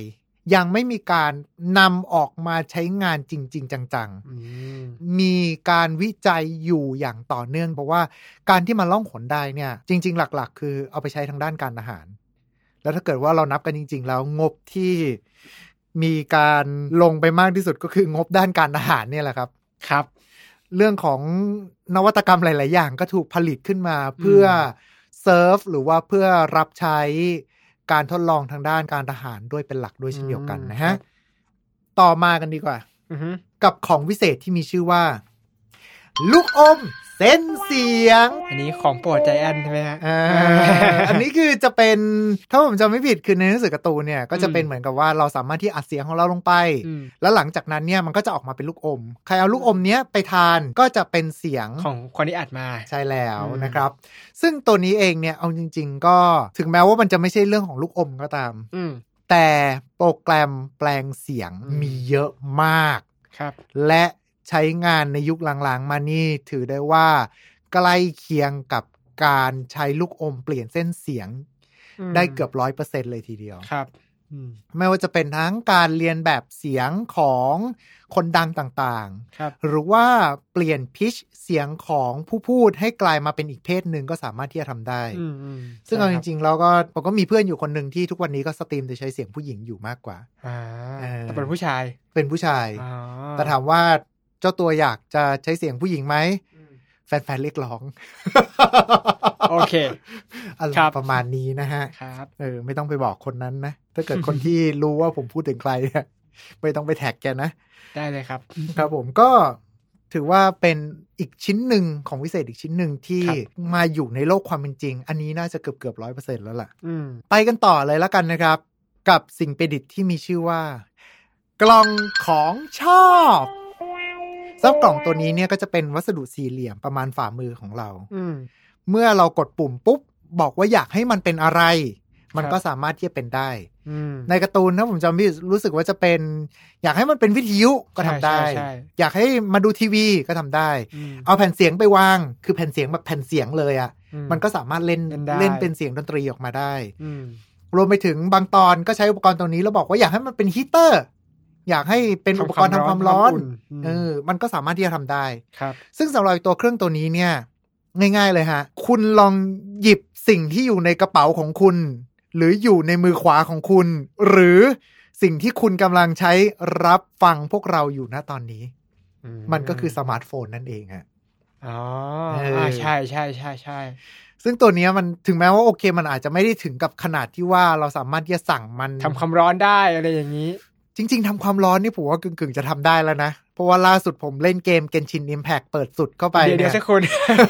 ยังไม่มีการนำออกมาใช้งานจริงๆจังๆมีการวิจัยอยู่อย่างต่อเนื่องเพราะว่าการที่มันล่องหนได้เนี่ยจริงๆหลักๆคือเอาไปใช้ทางด้านการทหารแล้วถ้าเกิดว่าเรานับกันจริงๆแล้วงบที่มีการลงไปมากที่สุดก็คืองบด้านการทหารเนี่ยแหละครับครับเรื่องของนวัตกรรมหลายๆอย่างก็ถูกผลิตขึ้นมาเพื่อเซิร์ฟหรือว่าเพื่อรับใช้การทดลองทางด้านการทหารด้วยเป็นหลักด้วยเช่นเดียวกันนะฮะต่อมากันดีกว่ากับของวิเศษที่มีชื่อว่าลูกอมเส้นเสียงอันนี้ของโปรดใจแอนใช่ไหมฮะอันนี้คือจะเป็นถ้าผมจำไม่ผิดคือในหนังสือการ์ตูนเนี่ยก็จะเป็นเหมือนกับว่าเราสามารถที่อัดเสียงของเราลงไปแล้วหลังจากนั้นเนี่ยมันก็จะออกมาเป็นลูกอมใครเอาลูกอมเนี้ยไปทานก็จะเป็นเสียงของคนที่อัดมาใช่แล้วนะครับซึ่งตัวนี้เองเนี่ยเอาจริงๆก็ถึงแม้ว่ามันจะไม่ใช่เรื่องของลูกอมก็ตามแต่โปรแกรมแปลงเสียงมีเยอะมากครับและใช้งานในยุคหลังๆมานี่ถือได้ว่าใกล้เคียงกับการใช้ลูกอมเปลี่ยนเส้นเสียงได้เกือบ 100% เลยทีเดียวครับไม่ว่าจะเป็นทั้งการเรียนแบบเสียงของคนดังต่างๆหรือว่าเปลี่ยนพิชเสียงของผู้พูดให้กลายมาเป็นอีกเพศหนึ่งก็สามารถที่จะทำได้ซึ่งเอาจริงๆแล้วก็ผมก็มีเพื่อนอยู่คนหนึ่งที่ทุกวันนี้ก็สตรีมโดยใช้เสียงผู้หญิงอยู่มากกว่าแต่เป็นผู้ชายแต่ถามว่าเจ้าตัวอยากจะใช้เสียงผู้หญิงไหมแฟนๆเรียกร้องโอเคอะไรประมาณนี้นะฮะครับไม่ต้องไปบอกคนนั้นนะถ้าเกิดคนที่รู้ว่าผมพูดถึงใครเนี่ยไม่ต้องไปแท็กแกนะได้เลยครับครับผมก็ถือว่าเป็นอีกชิ้นหนึ่งของวิเศษอีกชิ้นหนึ่งที่มาอยู่ในโลกความเป็นจริงอันนี้น่าจะเกือบ 100% แล้วล่ะไปกันต่อเลยแล้วกันนะครับกับสิ่งประดิษฐ์ที่มีชื่อว่ากล่องของชอบสำหรับกล่องตัวนี้เนี่ยก็จะเป็นวัสดุสี่เหลี่ยมประมาณฝ่ามือของเราเมื่อเรากดปุ่มปุ๊บบอกว่าอยากให้มันเป็นอะไรมันก็สามารถที่จะเป็นได้ในการ์ตูนนะผมจำไม่รู้สึกว่าจะเป็นอยากให้มันเป็นวิทยุก็ทำได้อยากให้มาดูทีวีก็ทำได้เอาแผ่นเสียงไปวางคือแผ่นเสียงแบบแผ่นเสียงเลยอ่ะมันก็สามารถเล่นเป็นเสียงดนตรีออกมาได้รวมไปถึงบางตอนก็ใช้อุปกรณ์ตัวนี้แล้วบอกว่าอยากให้มันเป็นฮีตเตอร์อยากให้เป็นอุปกรณ์ทำความร้อนมันก็สามารถที่จะทำได้ซึ่งสำหรับตัวเครื่องตัวนี้เนี่ยง่ายๆเลยฮะคุณลองหยิบสิ่งที่อยู่ในกระเป๋าของคุณหรืออยู่ในมือขวาของคุณหรือสิ่งที่คุณกำลังใช้รับฟังพวกเราอยู่ณตอนนี้มันก็คือสมาร์ทโฟนนั่นเองฮะใช่ใช่ใช่ใช่ซึ่งตัวนี้มันถึงแม้ว่าโอเคมันอาจจะไม่ได้ถึงกับขนาดที่ว่าเราสามารถที่จะสั่งมันทำความร้อนได้อะไรอย่างนี้จริงๆทำความร้อนนี่ผมว่ากึ่งๆจะทำได้แล้วนะเพราะว่าล่าสุดผมเล่นเกม Genshin Impact เปิดสุดเข้าไปเดี๋ยวสักคน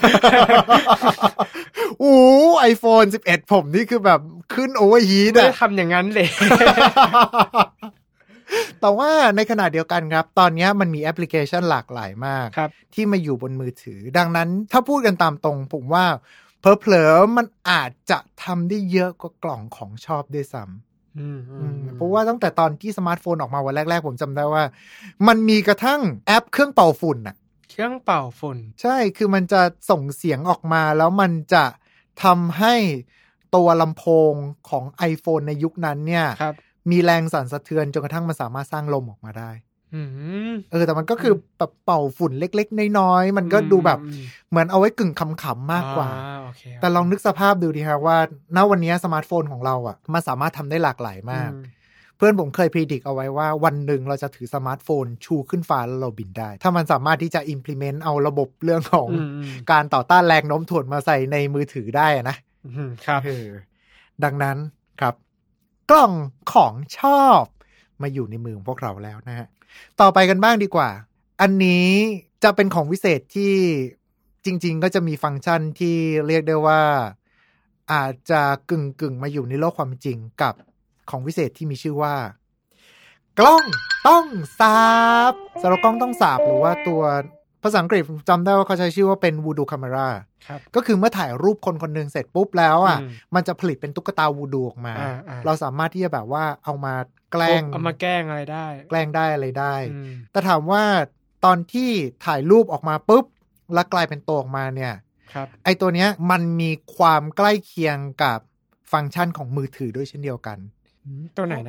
iPhone 11ผมนี่คือแบบขึ้นโอเวอร์ฮีทไม่ได้ทำอย่างนั้นเลยแต่ว่าในขณะเดียวกันครับตอนนี้มันมีแอปพลิเคชันหลากหลายมากที่มาอยู่บนมือถือดังนั้นถ้าพูดกันตามตรงผมว่าเผลอๆมันอาจจะทำได้เยอะกว่ากล่องของชอบด้วยซ้ำเพราะว่าตั้งแต่ตอนที่สมาร์ทโฟนออกมาวันแรกๆผมจำได้ว่ามันมีกระทั่งแอปเครื่องเป่าฝุ่นน่ะเครื่องเป่าฝุ่นใช่คือมันจะส่งเสียงออกมาแล้วมันจะทำให้ตัวลำโพงของ iPhone ในยุคนั้นเนี่ยมีแรงสั่นสะเทือนจนกระทั่งมันสามารถสร้างลมออกมาได้แต่มันก็คือแบบเป่าฝุ่นเล็กๆน้อยๆมันก็ดูแบบเหมือนเอาไว้กึ่งขำๆมากกว่าแต่ลองนึกสภาพดูดิครับว่าณวันนี้สมาร์ทโฟนของเราอ่ะมันสามารถทำได้หลากหลายมากเพื่อนผมเคยพรีดิกเอาไว้ว่าวันหนึ่งเราจะถือสมาร์ทโฟนชูขึ้นฟ้าแล้วเราบินได้ถ้ามันสามารถที่จะ implement เอาระบบเรื่องของการต่อต้านแรงโน้มถ่วงมาใส่ในมือถือได้นะครับดังนั้นครับกล่องของชอบมาอยู่ในมือของพวกเราแล้วนะฮะต่อไปกันบ้างดีกว่าอันนี้จะเป็นของวิเศษที่จริงๆก็จะมีฟังก์ชันที่เรียกได้ว่าอาจจะกึ่งมาอยู่ในโลกความเป็นจริงกับของวิเศษที่มีชื่อว่ากล้องต้องสาบสำหรับกล้องต้องสาบหรือว่าตัวภาษาอังกฤษจำได้ว่าเขาใช้ชื่อว่าเป็น Voodoo Camera ก็คือเมื่อถ่ายรูปคนคนนึงเสร็จปุ๊บแล้วมันจะผลิตเป็นตุ๊กตาวูดูออกมาเราสามารถที่จะแบบว่าเอามาแกล้งเอามาแกล้งอะไรได้แกล้งได้อะไรได้แต่ถามว่าตอนที่ถ่ายรูปออกมาปุ๊บแล้วกลายเป็นตัวออกมาเนี่ยไอตัวเนี้ยมันมีความใกล้เคียงกับฟังก์ชันของมือถือด้วยเช่นเดียวกันตัวไหนนะครับ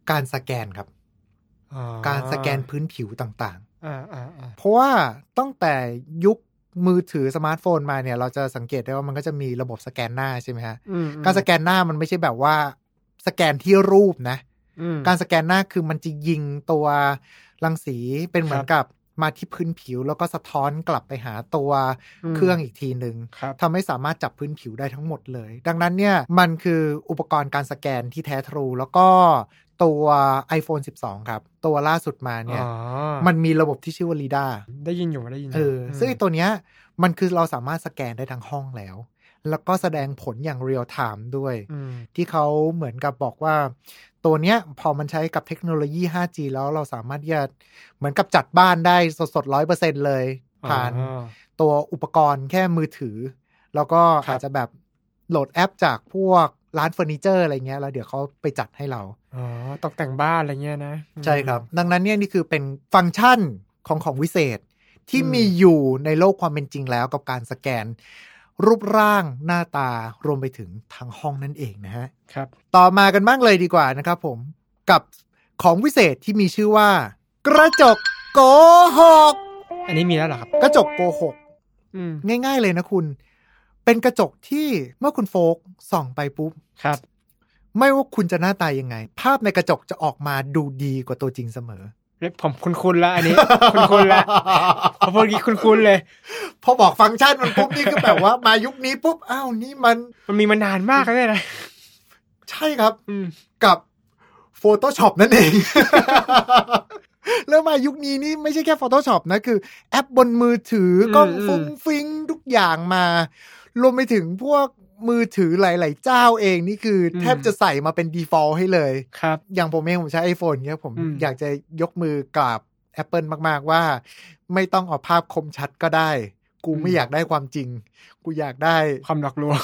การสแกนครับ การสแกนพื้นผิวต่างๆเพราะว่าตั้งแต่ยุคมือถือสมาร์ทโฟนมาเนี่ยเราจะสังเกตได้ว่ามันก็จะมีระบบสแกนหน้าใช่ไหมฮะการสแกนหน้ามันไม่ใช่แบบว่าสแกนที่รูปนะการสแกนหน้าคือมันจะยิงตัวรังสีเป็นเหมือนกับมาที่พื้นผิวแล้วก็สะท้อนกลับไปหาตัวเครื่องอีกทีนึงทำให้สามารถจับพื้นผิวได้ทั้งหมดเลยดังนั้นเนี่ยมันคืออุปกรณ์การสแกนที่แท้ทรูแล้วก็ตัว iPhone 12 ครับตัวล่าสุดมาเนี่ยมันมีระบบที่ชื่อว่า LiDAR ได้ยินอยู่ซึ่งตัวเนี้ยมันคือเราสามารถสแกนได้ทั้งห้องแล้วก็แสดงผลอย่างเรียลไทม์ด้วยที่เขาเหมือนกับบอกว่าตัวเนี้ยพอมันใช้กับเทคโนโลยี 5G แล้วเราสามารถที่จะเหมือนกับจัดบ้านได้สดๆ 100% เลยผ่านตัวอุปกรณ์แค่มือถือแล้วก็อาจจะแบบโหลดแอปจากพวกร้านเฟอร์นิเจอร์อะไรเงี้ยแล้วเดี๋ยวเขาไปจัดให้เราตกแต่งบ้านอะไรเงี้ยนะใช่ครับดังนั้นเนี่ยนี่คือเป็นฟังก์ชันของวิเศษที่มีอยู่ในโลกความเป็นจริงแล้วกับการสแกนรูปร่างหน้าตารวมไปถึงทั้งห้องนั่นเองนะฮะครับต่อมากันบ้างเลยดีกว่านะครับผมกับของวิเศษที่มีชื่อว่ากระจกโกหกอันนี้มีแล้วเหรอครับกระจกโกหกง่ายๆเลยนะคุณเป็นกระจกที่เมื่อคุณโฟกส่องไปปุ๊บครับไม่ว่าคุณจะหน้าตายังไงภาพในกระจกจะออกมาดูดีกว่าตัวจริงเสมอผมคุ้นๆแล้วอันนี้ คุ้นๆแล้วพอพูดงี้คุ้นๆเลยพอบอกฟังก์ชันมันปุ๊บนี่ก็แบบว่ามายุคนี้ปุ๊บอ้าวนี่มันมีมานานมากเลยนะใช่ครับกับ Photoshop นั่นเอง แล้วมายุคนี้นี่ไม่ใช่แค่ Photoshop นะคือแอปบนมือถือกล้องฟุ้งฟิ้งทุกอย่างมารวมไปถึงพวกมือถือหลายๆเจ้าเองนี่คือแทบจะใส่มาเป็น default ให้เลยครับอย่างผมเองผมใช้ iPhone เนี่ยผมอยากจะยกมือกราบ Apple มากๆว่าไม่ต้องเอาภาพคมชัดก็ได้กูไม่อยากได้ความจริงกูอยากได้ความหลอกลวง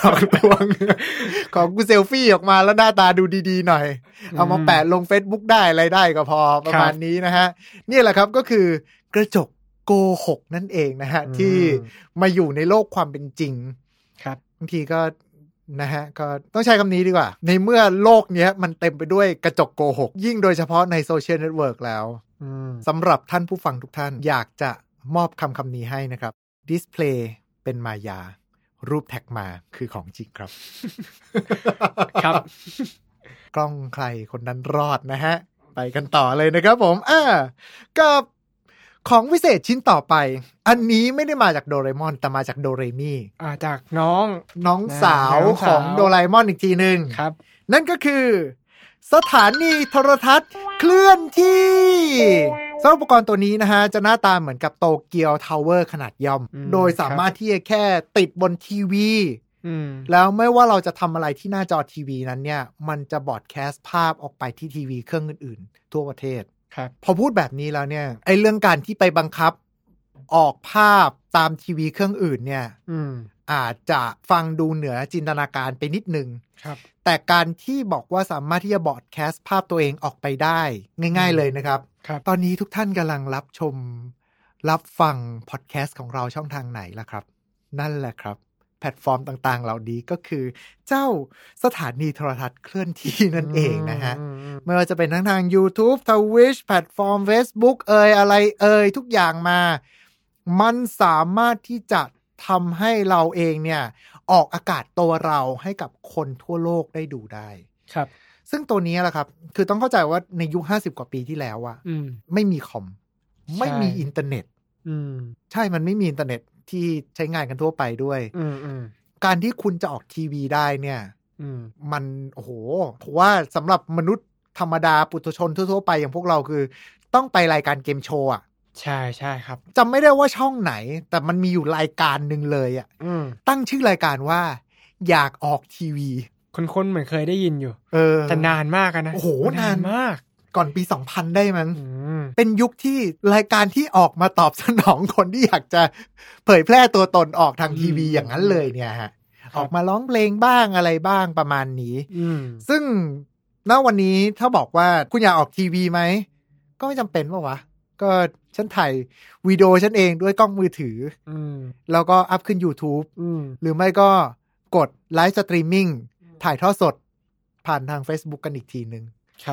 ของกูเซลฟี่ออกมาแล้วหน้าตาดูดีๆหน่อยเอามาแปะลง Facebook ได้อะไรได้ก็พอประมาณนี้นะฮะนี่แหละครับก็คือกระจกโกหกนั่นเองนะฮะที่มาอยู่ในโลกความเป็นจริงครับบางทีก็นะฮะก็ต้องใช้คำนี้ดีกว่าในเมื่อโลกนี้มันเต็มไปด้วยกระจกโกหกยิ่งโดยเฉพาะในโซเชียลเน็ตเวิร์กแล้วสำหรับท่านผู้ฟังทุกท่านอยากจะมอบคำนี้ให้นะครับดิสเพลย์เป็นมายารูปแท็กมาคือของจริงครับครับกล้องใครคนนั้นรอดนะฮะไปกันต่อเลยนะครับผมกับของวิเศษชิ้นต่อไปอันนี้ไม่ได้มาจากโดเรมอนแต่มาจากโดเรมี่จากน้องสาวของโดราเอมอนอีกทีนึงครับนั่นก็คือสถานีโทรทัศน์เคลื่อนที่สำหรับอุปกรณ์ตัวนี้นะฮะจะหน้าตาเหมือนกับโตเกียวทาวเวอร์ขนาดย่อมโดยสามารถที่จะแค่ติดบนทีวีแล้วไม่ว่าเราจะทำอะไรที่หน้าจอทีวีนั้นเนี่ยมันจะบอดแคสต์ภาพออกไปที่ทีวีเครื่องอื่นๆทั่วประเทศพอพูดแบบนี้แล้วเนี่ยไอ้เรื่องการที่ไปบังคับออกภาพตามทีวีเครื่องอื่นเนี่ยอาจจะฟังดูเหนือจินตนาการไปนิดนึงแต่การที่บอกว่าสามารถที่จะบอดแคสต์ภาพตัวเองออกไปได้ง่ายๆเลยนะครับตอนนี้ทุกท่านกำลังรับชมรับฟังพอดแคสต์ของเราช่องทางไหนล่ะครับนั่นแหละครับแพลตฟอร์มต่างๆเหล่านี้ก็คือเจ้าสถานีโทรทัศน์เคลื่อนที่นั่นเองนะฮะไม่ว่าจะเป็นทั้งทาง YouTube Twitch แพลตฟอร์ม Facebook อะไรทุกอย่างมามันสามารถที่จะทำให้เราเองเนี่ยออกอากาศตัวเราให้กับคนทั่วโลกได้ดูได้ครับซึ่งตัวนี้แหละครับคือต้องเข้าใจว่าในยุค50กว่าปีที่แล้วอะไม่มีคอมไม่มีอินเทอร์เน็ตใช่มันไม่มีอินเทอร์เน็ตที่ใช้งานกันทั่วไปด้วยการที่คุณจะออกทีวีได้เนี่ยมันโอ้โหเพราะว่าสำหรับมนุษย์ธรรมดาปุถุชนทั่วๆไปอย่างพวกเราคือต้องไปรายการเกมโชว์อะใช่ใช่ครับจำไม่ได้ว่าช่องไหนแต่มันมีอยู่รายการหนึ่งเลยอ่ะตั้งชื่อรายการว่าอยากออกทีวีคนเหมือนเคยได้ยินอยู่แต่นานมากนะโอ้โหนานมากก่อนปี 2000 ได้มั้งเป็นยุคที่รายการที่ออกมาตอบสนองคนที่อยากจะเผยแพร่ตัวตนออกทางทีวีอย่างนั้นเลยเนี่ยฮะออกมาร้องเพลงบ้างอะไรบ้างประมาณนี้ซึ่งณวันนี้ถ้าบอกว่าคุณอยากออกทีวีไหมก็ไม่จำเป็นป่ะวะก็ฉันถ่ายวิดีโอฉันเองด้วยกล้องมือถือแล้วก็อัพขึ้น YouTube หรือไม่ก็กดไลฟ์สตรีมมิ่งถ่ายทอดสดผ่านทาง Facebook กันอีกทีนึงครับ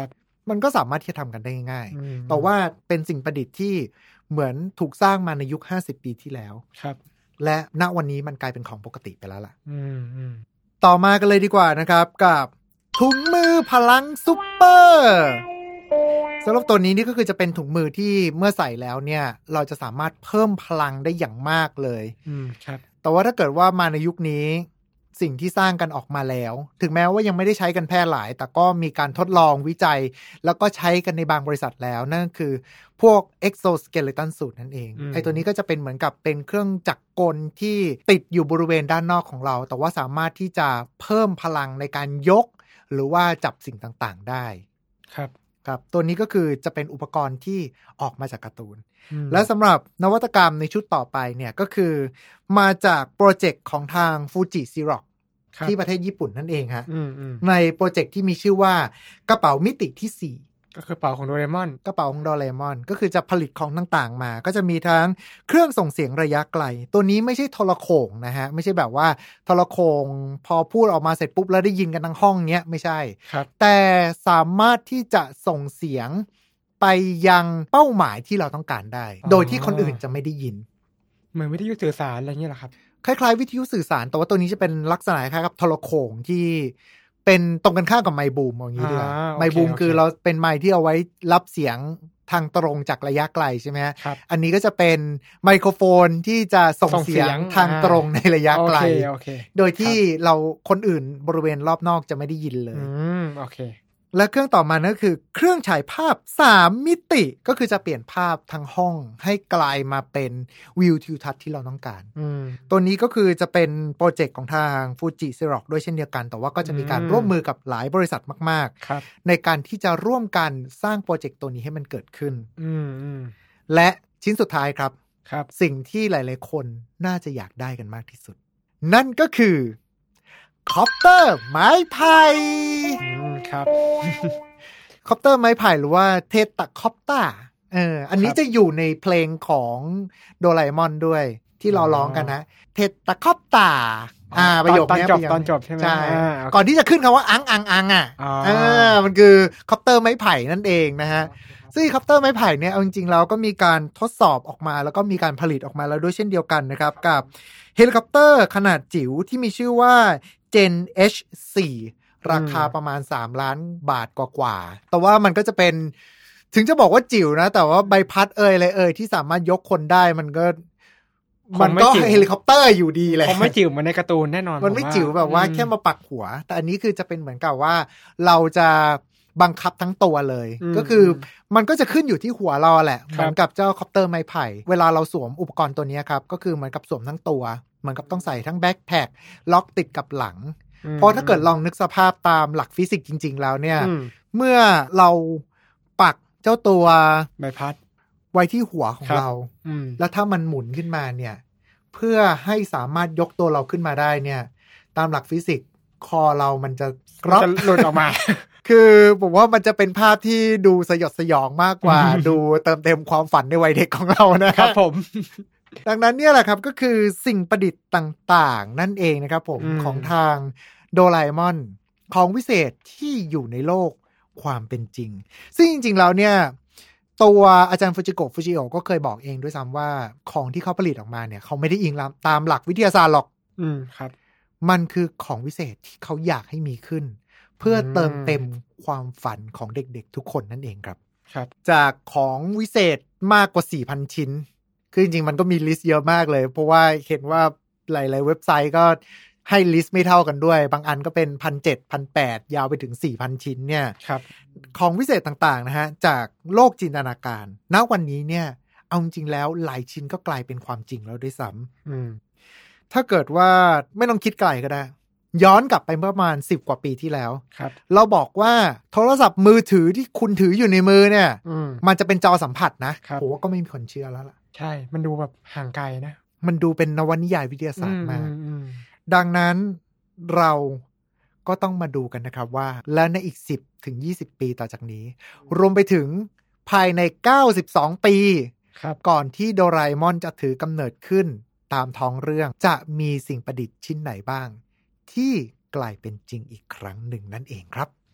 มันก็สามารถที่จะทำกันได้ง่ายๆแต่ว่าเป็นสิ่งประดิษฐ์ที่เหมือนถูกสร้างมาในยุค50ปีที่แล้วครับและณวันนี้มันกลายเป็นของปกติไปแล้วล่ะต่อมากันเลยดีกว่านะครับกับถุงมือพลังซุปเปอร์สำหรับตัวนี้นี่ก็คือจะเป็นถุงมือที่เมื่อใส่แล้วเนี่ยเราจะสามารถเพิ่มพลังได้อย่างมากเลยครับแต่ว่าถ้าเกิดว่ามาในยุคนี้สิ่งที่สร้างกันออกมาแล้วถึงแม้ว่ายังไม่ได้ใช้กันแพร่หลายแต่ก็มีการทดลองวิจัยแล้วก็ใช้กันในบางบริษัทแล้วนั่นคือพวก exoskeleton suit นั่นเองไอ้ตัวนี้ก็จะเป็นเหมือนกับเป็นเครื่องจักรกลที่ติดอยู่บริเวณด้านนอกของเราแต่ว่าสามารถที่จะเพิ่มพลังในการยกหรือว่าจับสิ่งต่างๆได้ครับครับตัวนี้ก็คือจะเป็นอุปกรณ์ที่ออกมาจากการ์ตูนและสำหรับนวัตกรรมในชุดต่อไปเนี่ยก็คือมาจากโปรเจกต์ของทาง Fuji Xerox ที่ประเทศญี่ปุ่นนั่นเองฮะในโปรเจกต์ที่มีชื่อว่ากระเป๋ามิติที่4 ก็คือกระเป๋าของโดเรมอนกระเป๋าของโดเรมอนก็คือจะผลิตของต่างๆมาก็จะมีทั้งเครื่องส่งเสียงระยะไกลตัวนี้ไม่ใช่โทรโข่งนะฮะไม่ใช่แบบว่าโทรโข่งพอพูดออกมาเสร็จปุ๊บแล้วได้ยินกันทั้งห้องเนี้ยไม่ใช่แต่สามารถที่จะส่งเสียงไปยังเป้าหมายที่เราต้องการได้โดยที่คนอื่นจะไม่ได้ยินเหมือนวิทยุสื่อสารอะไรเงี้ยเหรอครับคล้ายๆวิทยุสื่อสารแต่ว่าตัวนี้จะเป็นลักษณะคล้ายกับโทรโข่งที่เป็นตรงกันข้ามกับไมค์บูมอย่างนี้ดีกว่าไมค์บูมคือเราเป็นไมค์ที่เอาไว้รับเสียงทางตรงจากระยะไกลใช่ไหมอันนี้ก็จะเป็นไมโครโฟนที่จะส่งเสียงทางตรงในระยะไกลโดยที่เราคนอื่นบริเวณรอบนอกจะไม่ได้ยินเลยโอเคและเครื่องต่อมานั่นคือเครื่องฉายภาพ3มิติก็คือจะเปลี่ยนภาพทั้งห้องให้กลายมาเป็นวิวทิวทัศน์ที่เราต้องการตัวนี้ก็คือจะเป็นโปรเจกต์ของทาง Fuji Xerox ด้วยเช่นเดียวกันแต่ว่าก็จะมีการร่วมมือกับหลายบริษัทมากๆในการที่จะร่วมกันสร้างโปรเจกต์ตัวนี้ให้มันเกิดขึ้นและชิ้นสุดท้ายครับสิ่งที่หลายๆคนน่าจะอยากได้กันมากที่สุดนั่นก็คือคอปเตอร์ไม้ไผ่ครับคอปเตอร์ไม้ไผ่หรือว่าเทตะคอปเตอร์อันนี้จะอยู่ในเพลงของโดราเอมอนด้วยที่เราร้องกันนะเทตะคอปเตอร์ประโยคนี้ตอนจบใช่ไหมใช่ก่อนที่จะขึ้นคำว่าอังมันคือคอปเตอร์ไม้ไผ่นั่นเองนะฮะซึ่งคอปเตอร์ไม้ไผ่เนี่ยเอาจริงๆแล้วก็มีการทดสอบออกมาแล้วก็มีการผลิตออกมาแล้วด้วยเช่นเดียวกันนะครับกับเฮลิคอปเตอร์ขนาดจิ๋วที่มีชื่อว่า Gen H4 ราคาประมาณ3ล้านบาทกว่าๆแต่ว่ามันก็จะเป็นถึงจะบอกว่าจิ๋วนะแต่ว่าใบพัดอะไรที่สามารถยกคนได้มันก็เฮลิคอปเตอร์อยู่ดีแหละคงไม่จิ๋วเหมือนในการ์ตูนแน่นอนมันไม่จิ๋วแบบว่าแค่มาปักหัวแต่อันนี้คือจะเป็นเหมือนกับว่าเราจะบังคับทั้งตัวเลยก็คือมันก็จะขึ้นอยู่ที่หัวเราแหละเหมือนกับเจ้าคอปเตอร์ไม้ไผ่เวลาเราสวมอุปกรณ์ตัวนี้ครับก็คือเหมือนกับสวมทั้งตัวเหมือนกับต้องใส่ทั้งแบ็คแพ็คล็อกติดกับหลังเพราะถ้าเกิดลองนึกสภาพตามหลักฟิสิกส์จริงๆแล้วเนี่ยเมื่อเราปักเจ้าตัวใบพัดไว้ที่หัวของเราแล้วถ้ามันหมุนขึ้นมาเนี่ยเพื่อให้สามารถยกตัวเราขึ้นมาได้เนี่ยตามหลักฟิสิกส์คอเรามันจะหลุดออกมาคือผมว่ามันจะเป็นภาพที่ดูสยดสยองมากกว่าดูเติมเต็มความฝันในวัยเด็กของเรานะครับผมดังนั้นเนี่ยแหละครับก็คือสิ่งประดิษฐ์ต่างๆนั่นเองนะครับผมของทางโดราเอมอนของวิเศษที่อยู่ในโลกความเป็นจริงซึ่งจริงๆแล้วเนี่ยตัวอาจารย์ฟูจิโอะก็เคยบอกเองด้วยซ้ำว่าของที่เขาผลิตออกมาเนี่ยเขาไม่ได้อิงตามหลักวิทยาศาสตร์หรอกครับมันคือของวิเศษที่เขาอยากให้มีขึ้นเพื่อเติมเต็มความฝันของเด็กๆทุกคนนั่นเองครับจากของวิเศษมากกว่า 4,000 ชิ้นคือจริงๆมันก็มีลิสต์เยอะมากเลยเพราะว่าเห็นว่าหลายๆเว็บไซต์ก็ให้ลิสต์ไม่เท่ากันด้วยบางอันก็เป็น 1,700 1,800 ยาวไปถึง 4,000 ชิ้นเนี่ยของวิเศษต่างๆนะฮะจากโลกจินตนาการณวันนี้เนี่ยเอาจริงๆแล้วหลายชิ้นก็กลายเป็นความจริงแล้วด้วยซ้ำถ้าเกิดว่าไม่ต้องคิดไกลก็ได้ย้อนกลับไปประมาณ10 กว่าปีที่แล้วเราบอกว่าโทรศัพท์มือถือที่คุณถืออยู่ในมือเนี่ยมันจะเป็นจอสัมผัสนะโหก็ไม่มีคนเชื่อแล้วล่ะใช่มันดูแบบห่างไกลนะมันดูเป็นนวนิยายวิทยาศาสตร์มากดังนั้นเราก็ต้องมาดูกันนะครับว่าและในอีก10 ถึง 20 ปีต่อจากนี้รวมไปถึงภายใน92 ปีก่อนที่โดราเอมอนจะถือกำเนิดขึ้นตามท้องเรื่องจะมีสิ่งประดิษฐ์ชิ้นไหนบ้างที่กลายเป็นจริงอีกครั้งหนึ่งนั่นเองครับ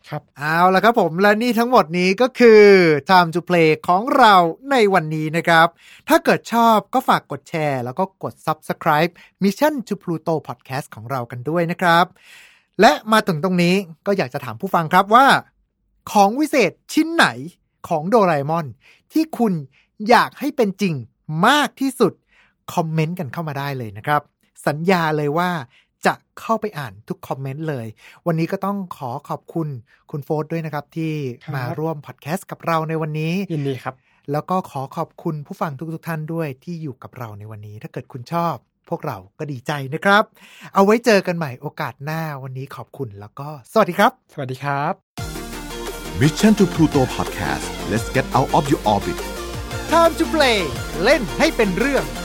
ครับเอาล่ะครับผมและนี่ทั้งหมดนี้ก็คือ Time to Play ของเราในวันนี้นะครับถ้าเกิดชอบก็ฝากกดแชร์แล้วก็กด Subscribe Mission to Pluto Podcast ของเรากันด้วยนะครับและมาถึงตรงนี้ก็อยากจะถามผู้ฟังครับว่าของวิเศษชิ้นไหนของโดราเอมอนที่คุณอยากให้เป็นจริงมากที่สุดคอมเมนต์กันเข้ามาได้เลยนะครับสัญญาเลยว่าจะเข้าไปอ่านทุกคอมเมนต์เลยวันนี้ก็ต้องขอบคุณคุณโฟร์ด้วยนะครับที่มาร่วมพอดแคสต์กับเราในวันนี้ยินดีครับแล้วก็ขอบคุณผู้ฟังทุกท่านด้วยที่อยู่กับเราในวันนี้ถ้าเกิดคุณชอบพวกเราก็ดีใจนะครับเอาไว้เจอกันใหม่โอกาสหน้าวันนี้ขอบคุณแล้วก็สวัสดีครับสวัสดีครับ Mission to Pluto Podcast Let's get out of your orbit Time to Play เล่นให้เป็นเรื่อง